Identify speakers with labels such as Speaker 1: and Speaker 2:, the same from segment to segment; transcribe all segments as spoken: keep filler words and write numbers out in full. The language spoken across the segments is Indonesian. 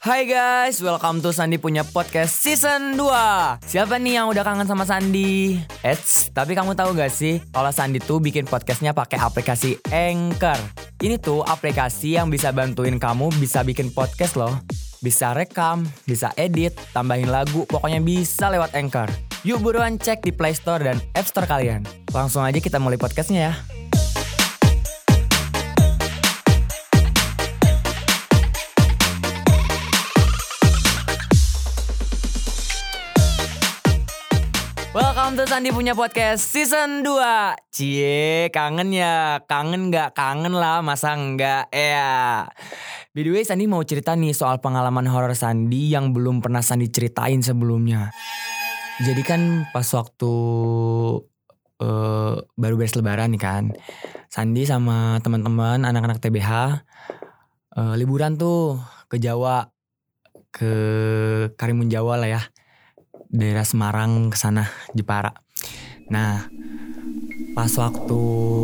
Speaker 1: Hai guys, welcome to Sandi Punya Podcast Season dua. Siapa nih yang udah kangen sama Sandi? Eits, tapi kamu tahu gak sih kalau Sandi tuh bikin podcastnya pakai aplikasi Anchor. Ini tuh aplikasi yang bisa bantuin kamu bisa bikin podcast loh. Bisa rekam, bisa edit, tambahin lagu, pokoknya bisa lewat Anchor. Yuk buruan cek di Play Store dan App Store kalian. Langsung aja kita mulai podcastnya ya. Welcome to Sandi Punya Podcast Season dua. Cie, kangen ya? Kangen gak? Kangen lah, masa enggak? Ya. By the way, Sandi mau cerita nih soal pengalaman horor Sandi yang belum pernah Sandi ceritain sebelumnya. Jadi kan pas waktu uh, baru beres lebaran nih kan, Sandi sama teman-teman anak-anak T B H uh, liburan tuh ke Jawa, ke Karimun Jawa lah ya. Daerah Semarang ke sana, Jepara. Nah, pas waktu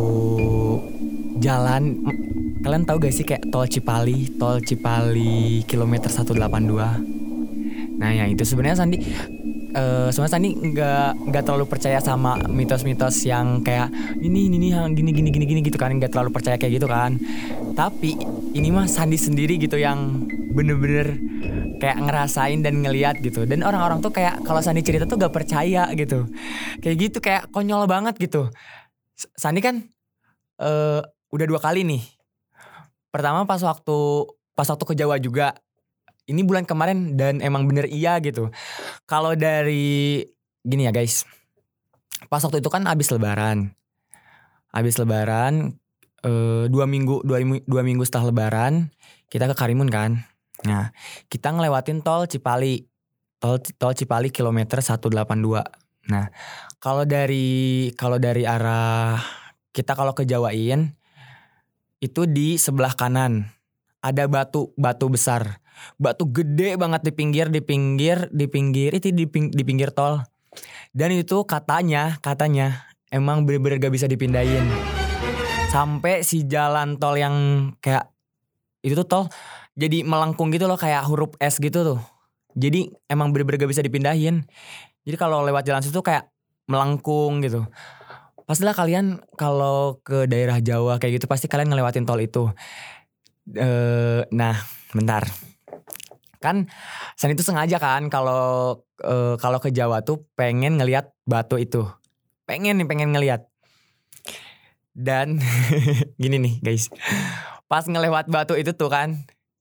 Speaker 1: jalan, kalian tahu gak sih kayak tol Cipali, tol Cipali kilometer seratus delapan puluh dua. Nah, yang itu sebenarnya Sandi uh, sebenarnya Sandi nggak nggak terlalu percaya sama mitos-mitos yang kayak ini ini ini gini gini gini gini gitu kan, nggak terlalu percaya kayak gitu kan. Tapi ini mah Sandi sendiri gitu yang bener-bener kayak ngerasain dan ngeliat gitu. Dan orang-orang tuh kayak kalau Sandi cerita tuh gak percaya gitu. Kayak gitu, kayak konyol banget gitu. Sandi kan uh, udah dua kali nih. Pertama pas waktu pas waktu ke Jawa juga. Ini bulan kemarin dan emang bener iya gitu. Kalau dari gini ya guys. Pas waktu itu kan abis lebaran. Abis lebaran uh, dua minggu dua, dua minggu setelah lebaran kita ke Karimun kan. Nah, kita ngelewatin tol Cipali. Tol tol Cipali kilometer seratus delapan puluh dua. Nah, kalau dari kalau dari arah kita kalau ke Jawain itu di sebelah kanan ada batu, batu besar. Batu gede banget di pinggir, di pinggir, di pinggir itu di, ping, di pinggir tol. Dan itu katanya, katanya emang bener-bener gak bisa dipindahin. Sampai si jalan tol yang kayak itu tuh tol jadi melengkung gitu loh, kayak huruf S gitu tuh. Jadi emang bener-bener gak bisa dipindahin. Jadi kalau lewat jalan situ kayak melengkung gitu. Pastilah kalian kalau ke daerah Jawa kayak gitu pasti kalian ngelewatin tol itu. E, nah, bentar. Kan Sandi itu sengaja kan kalau e, kalau ke Jawa tuh pengen ngelihat batu itu. Pengen nih, pengen ngelihat. Dan gini nih guys. Pas ngelewat batu itu tuh kan,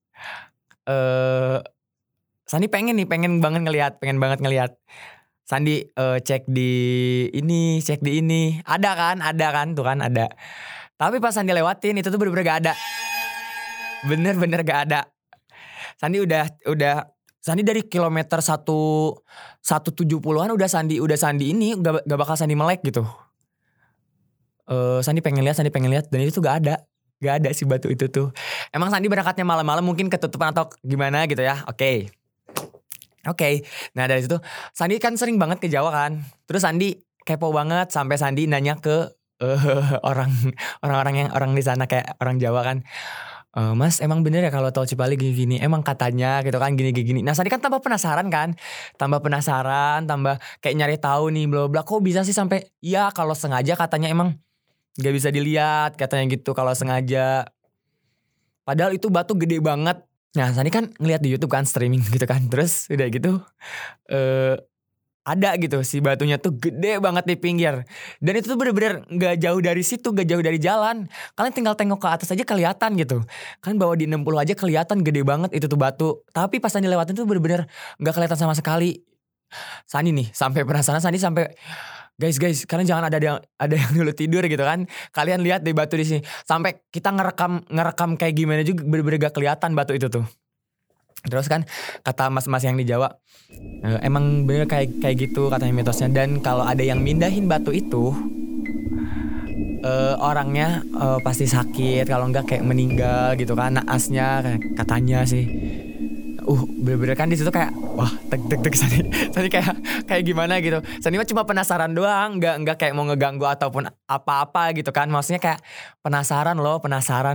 Speaker 1: Uh, Sandi pengen nih, pengen banget ngelihat, pengen banget ngelihat. Sandi uh, cek di ini, cek di ini, ada kan, ada kan, tuh kan ada. Tapi pas Sandi lewatin itu tuh bener-bener gak ada, bener-bener gak ada. Sandi udah, udah, Sandi dari kilometer satu, satu tujuh puluhan udah Sandi, udah Sandi ini gak, gak bakal Sandi melek gitu. Uh, Sandi pengen lihat, Sandi pengen lihat, dan itu tuh gak ada. Gak ada si batu itu tuh. Emang Sandi berangkatnya malam-malam mungkin ketutupan atau gimana gitu ya. Oke. Okay. Oke. Okay. Nah dari situ Sandi kan sering banget ke Jawa kan. Terus Sandi kepo banget sampai Sandi nanya ke uh, orang orang-orang yang orang di sana kayak orang Jawa kan. E, Mas emang bener ya kalau tol Cipali gini-gini. Emang katanya gitu kan gini-gini. Nah Sandi kan tambah penasaran kan. Tambah penasaran, tambah kayak nyari tahu nih bla bla. Kok bisa sih sampai ya kalau sengaja katanya emang gak bisa dilihat katanya gitu kalau sengaja. Padahal itu batu gede banget. Nah Sandi kan ngeliat di YouTube kan streaming gitu kan. Terus udah gitu uh, ada gitu si batunya tuh gede banget di pinggir. Dan itu tuh bener-bener gak jauh dari situ, gak jauh dari jalan. Kalian tinggal tengok ke atas aja kelihatan gitu. Kan bawa di enam puluh aja kelihatan gede banget itu tuh batu. Tapi pas Sandi lewatin tuh bener-bener gak kelihatan sama sekali. Sandi nih sampai penasaran, Sandi sampai Guys guys, kalian jangan ada yang ada yang dulu tidur gitu kan. Kalian lihat deh batu di sini. Sampai kita ngerekam ngerekam kayak gimana juga bener-bener gak kelihatan batu itu tuh. Terus kan kata mas-mas yang di Jawa, e, emang bener kayak kayak gitu katanya mitosnya. Dan kalau ada yang mindahin batu itu, e, orangnya e, pasti sakit. Kalau enggak kayak meninggal gitu kan. Naasnya katanya sih. Uh bener-bener kan di situ kayak wah tek tek tek Sandi, Sandi kayak kayak gimana gitu. Sandi mah cuma penasaran doang, nggak nggak kayak mau ngeganggu ataupun apa-apa gitu kan. Maksudnya kayak penasaran loh, penasaran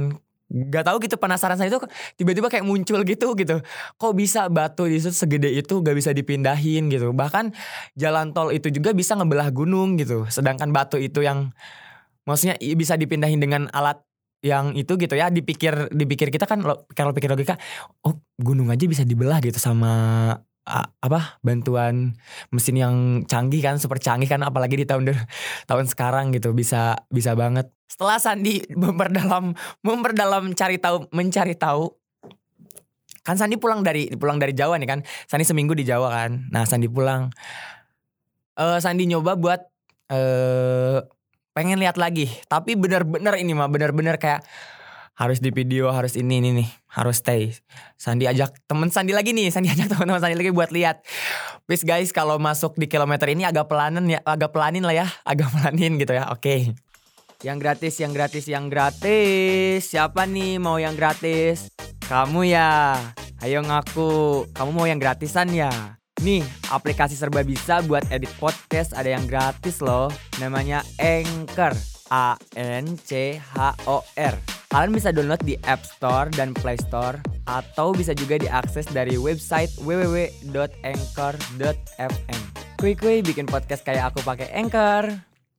Speaker 1: Gak tahu gitu, penasaran saya itu tiba-tiba kayak muncul gitu gitu. Kok bisa batu di situ segede itu gak bisa dipindahin gitu. Bahkan jalan tol itu juga bisa ngebelah gunung gitu. Sedangkan batu itu yang maksudnya bisa dipindahin dengan alat yang itu gitu ya. Dipikir dipikir kita kan kalau pikir logika, oh gunung aja bisa dibelah gitu sama a- apa bantuan mesin yang canggih kan, super canggih kan, apalagi di tahun tahun sekarang gitu bisa bisa banget. Setelah Sandi memperdalam memperdalam cari tahu mencari tahu, kan Sandi pulang dari pulang dari Jawa nih kan. Sandi seminggu di Jawa kan. Nah, Sandi pulang. Eh Sandi nyoba buat eh pengen lihat lagi, tapi bener-bener ini mah bener-bener kayak harus di video, harus ini ini nih, harus stay. Sandi ajak temen Sandi lagi nih, Sandi ajak teman-teman Sandi lagi buat lihat. Please guys, kalau masuk di kilometer ini agak pelanin ya, agak pelanin lah ya, agak pelanin gitu ya. Oke. Yang gratis, yang gratis, yang gratis. Siapa nih mau yang gratis? Kamu ya. Ayo ngaku, kamu mau yang gratisan ya? Nih, aplikasi serba bisa buat edit podcast ada yang gratis loh. Namanya Anchor. A N C H O R. Kalian bisa download di App Store dan Play Store, atau bisa juga diakses dari website w w w dot anchor dot f m. Kuy-kuy bikin podcast kayak aku pakai Anchor.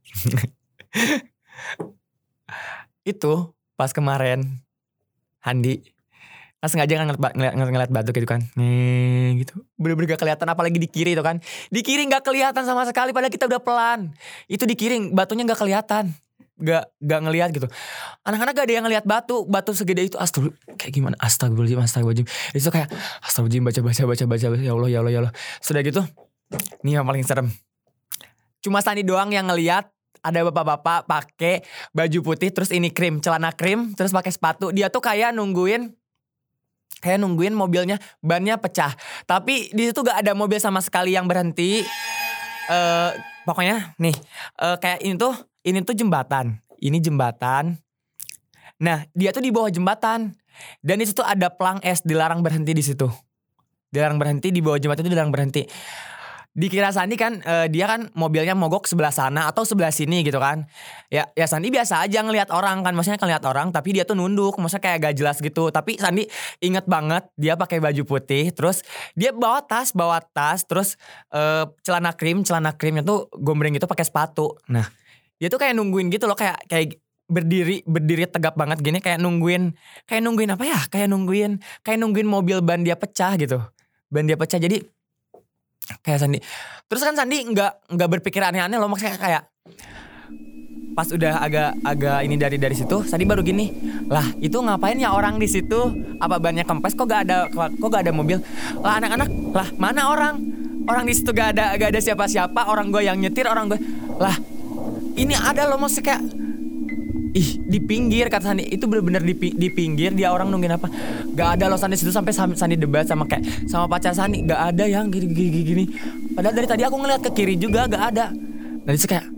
Speaker 1: Itu pas kemarin Handi kan sengaja ngeliat, ngeliat, ngeliat batu gitu kan, nih gitu bener-bener gak kelihatan, apalagi di kiri itu kan, di kiri gak kelihatan sama sekali padahal kita udah pelan. Itu di kiri batunya gak kelihatan, gak gak ngelihat gitu. Anak-anak gak ada yang ngelihat batu batu segede itu. Astagfirullah, kayak gimana, astagfirullahaladzim astagfirullahaladzim. Itu kayak astagfirullahaladzim, baca baca baca baca ya Allah ya Allah ya Allah. Sudah gitu, nih yang paling serem, cuma Sandi doang yang ngelihat. Ada bapak-bapak pakai baju putih, terus ini krim, celana krim, terus pakai sepatu. Dia tuh kayak nungguin kayak nungguin mobilnya bannya pecah. Tapi di situ gak ada mobil sama sekali yang berhenti. Uh, pokoknya nih uh, kayak ini tuh ini tuh jembatan. Ini jembatan. Nah, dia tuh di bawah jembatan. Dan di situ ada pelang es, dilarang berhenti di situ. Dilarang berhenti di bawah jembatan itu, dilarang berhenti. Dikira Sandi kan uh, dia kan mobilnya mogok sebelah sana atau sebelah sini gitu kan. Ya ya Sandi biasa aja ngelihat orang kan, maksudnya ngelihat orang tapi dia tuh nunduk, maksudnya kayak gak jelas gitu. Tapi Sandi inget banget dia pakai baju putih, terus dia bawa tas, bawa tas, terus uh, celana krim, celana krimnya tuh gombreng gitu pakai sepatu. Nah, dia tuh kayak nungguin gitu loh, kayak kayak berdiri berdiri tegap banget gini, kayak nungguin kayak nungguin apa ya? Kayak nungguin kayak nungguin mobil ban dia pecah gitu. Ban dia pecah jadi kayak Sandi. Terus kan Sandi nggak nggak berpikir aneh-aneh loh, maksudnya kayak pas udah agak agak ini dari dari situ Sandi baru gini, lah itu ngapain ya orang di situ, apa bannya kempes, kok gak ada kok gak ada mobil, lah anak-anak, lah mana orang orang di situ, gak ada gak ada siapa-siapa, orang gue yang nyetir, orang gue, lah ini ada loh, maksudnya kayak ih di pinggir kata Sandi, itu bener-bener di, di pinggir, dia orang nungguin apa, gak ada loh Sandi situ. Sampai Sandi debat sama kayak sama pacar Sandi, gak ada yang gini gini gini, padahal dari tadi aku ngeliat ke kiri juga gak ada. Dan itu kayak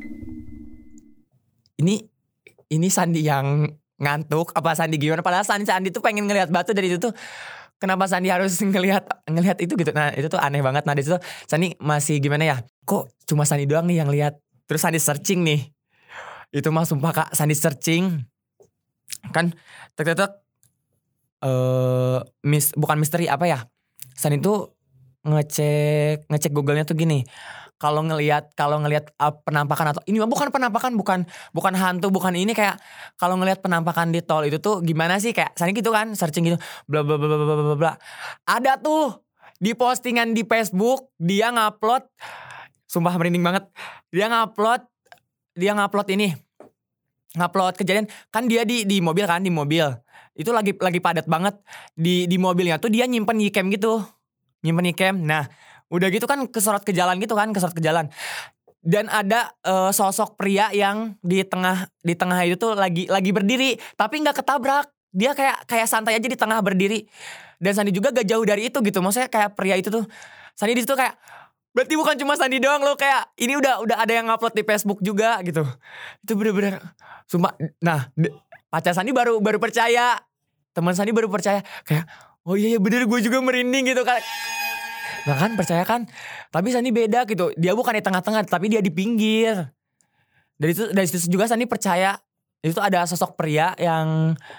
Speaker 1: ini ini Sandi yang ngantuk apa Sandi gimana, padahal Sandi Sandi tuh pengen ngelihat batu dari itu tuh. Kenapa Sandi harus ngelihat ngelihat itu gitu. Nah itu tuh aneh banget. Nah di situ Sandi masih gimana ya, kok cuma Sandi doang nih yang lihat. Terus Sandi searching nih, itu mah sumpah Kak, Sandi searching kan tek-tek uh, mis bukan misteri apa ya, Sandi tuh ngecek ngecek Google-nya tuh gini, kalau ngelihat kalau ngelihat uh, penampakan atau ini mah bukan penampakan, bukan bukan hantu, bukan ini, kayak kalau ngelihat penampakan di tol itu tuh gimana sih, kayak Sandi gitu kan searching gitu bla bla bla bla bla bla. Ada tuh di postingan di Facebook, dia ngupload, sumpah merinding banget, dia ngupload dia ngupload ini ngupload kejadian kan, dia di di mobil kan, di mobil itu lagi lagi padat banget, di di mobilnya tuh dia nyimpen Gcam gitu, nyimpen Gcam. Nah udah gitu kan kesorot ke jalan gitu kan, kesorot ke jalan, dan ada uh, sosok pria yang di tengah di tengah itu tuh lagi lagi berdiri tapi nggak ketabrak, dia kayak kayak santai aja di tengah berdiri. Dan Sandi juga gak jauh dari itu gitu, maksudnya kayak pria itu tuh, Sandi di situ kayak, berarti bukan cuma Sandi doang loh, kayak ini udah udah ada yang ngupload di Facebook juga gitu. Itu bener-bener sumpah. Nah pacar Sandi baru baru percaya, teman Sandi baru percaya, kayak oh iya iya bener, gue juga merinding gitu kan. Nah kan percaya kan, tapi Sandi beda gitu, dia bukan di tengah-tengah tapi dia di pinggir. Dari itu dari situ juga Sandi percaya itu ada sosok pria yang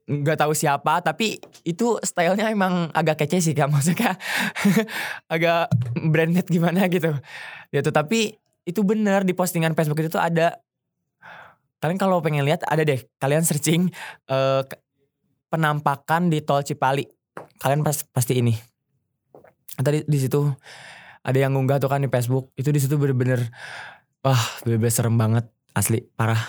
Speaker 1: nggak tahu siapa, tapi itu stylenya emang agak kece sih Kak, maksudnya agak branded gimana gitu. Gitu, tapi itu bener di postingan Facebook itu tuh ada. Kalian kalau pengen lihat ada deh, kalian searching eh, penampakan di tol Cipali. Kalian pas pasti ini. Tadi di situ ada yang ngunggah tuh kan di Facebook. Itu di situ bener-bener wah, bener-bener serem banget, asli parah.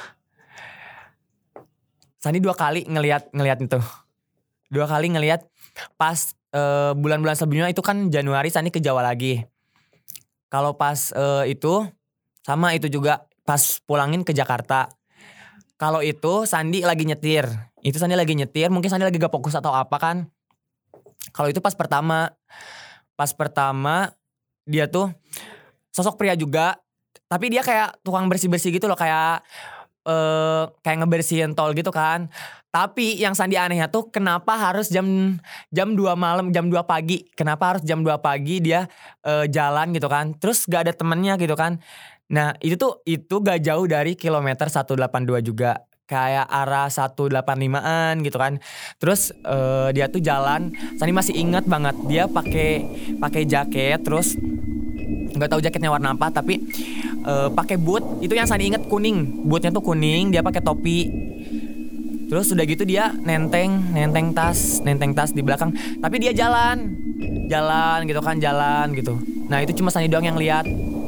Speaker 1: Sandi dua kali ngelihat ngelihat itu. Dua kali ngelihat pas eh, bulan-bulan sebelumnya itu kan Januari Sandi ke Jawa lagi. Kalau pas eh, itu sama itu juga pas pulangin ke Jakarta. Kalau itu Sandi lagi nyetir. Itu Sandi lagi nyetir, mungkin Sandi lagi gak fokus atau apa kan. Kalau itu pas pertama. Pas pertama dia tuh sosok pria juga, tapi dia kayak tukang bersih-bersih gitu loh, kayak eh kayak ngebersihin tol gitu kan. Tapi yang Sandi anehnya tuh kenapa harus jam jam dua malam, jam dua pagi. Kenapa harus jam dua pagi dia eh, jalan gitu kan. Terus gak ada temennya gitu kan. Nah itu tuh itu gak jauh dari kilometer seratus delapan puluh dua juga. Kayak arah seratus delapan puluh limaan gitu kan. Terus eh, dia tuh jalan, Sandi masih ingat banget dia pakai pakai jaket, terus nggak tahu jaketnya warna apa, tapi uh, pakai boot. Itu yang Sandi inget kuning, bootnya tuh kuning, dia pakai topi. Terus udah gitu dia nenteng nenteng tas nenteng tas di belakang, tapi dia jalan jalan gitu kan, jalan gitu. Nah itu cuma Sandi doang yang lihat.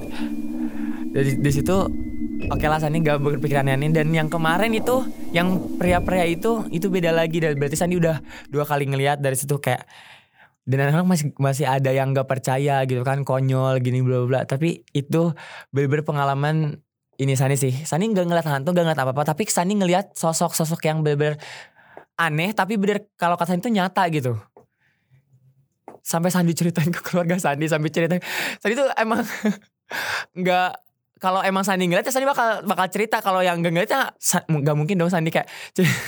Speaker 1: Dari di situ oke lah, Sandi gak berpikiran aneh. Dan yang kemarin itu, yang pria-pria itu itu beda lagi. Dan berarti Sandi udah dua kali ngelihat dari situ kayak. Dan anak-anak masih masih ada yang gak percaya gitu kan, konyol gini bla bla. Tapi itu bener-bener pengalaman ini Sandi sih. Sandi gak ngeliat hantu, gak ngeliat apa-apa, tapi Sandi ngeliat sosok-sosok yang bener-bener aneh, tapi bener kalau kata Sandi itu nyata gitu. Sampai Sandi ceritain ke keluarga Sandi, sampai ceritain. Sandi tuh emang gak, kalau emang Sandi ngeliat ya Sandi bakal bakal cerita. Kalau yang gak ngeliat ya gak mungkin dong Sandi kayak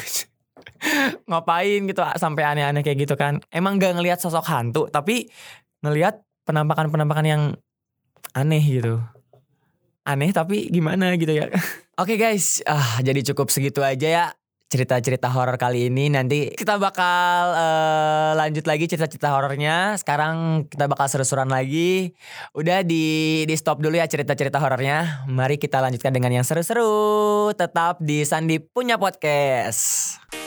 Speaker 1: ngapain gitu sampai aneh-aneh kayak gitu kan. Emang gak ngelihat sosok hantu, tapi ngelihat penampakan-penampakan yang aneh gitu. Aneh tapi gimana gitu ya. Oke okay guys, ah jadi cukup segitu aja ya cerita-cerita horor kali ini. Nanti kita bakal uh, lanjut lagi cerita-cerita horornya. Sekarang kita bakal seru-seruan lagi. Udah di di stop dulu ya cerita-cerita horornya. Mari kita lanjutkan dengan yang seru-seru. Tetap di Sandi Punya Podcast.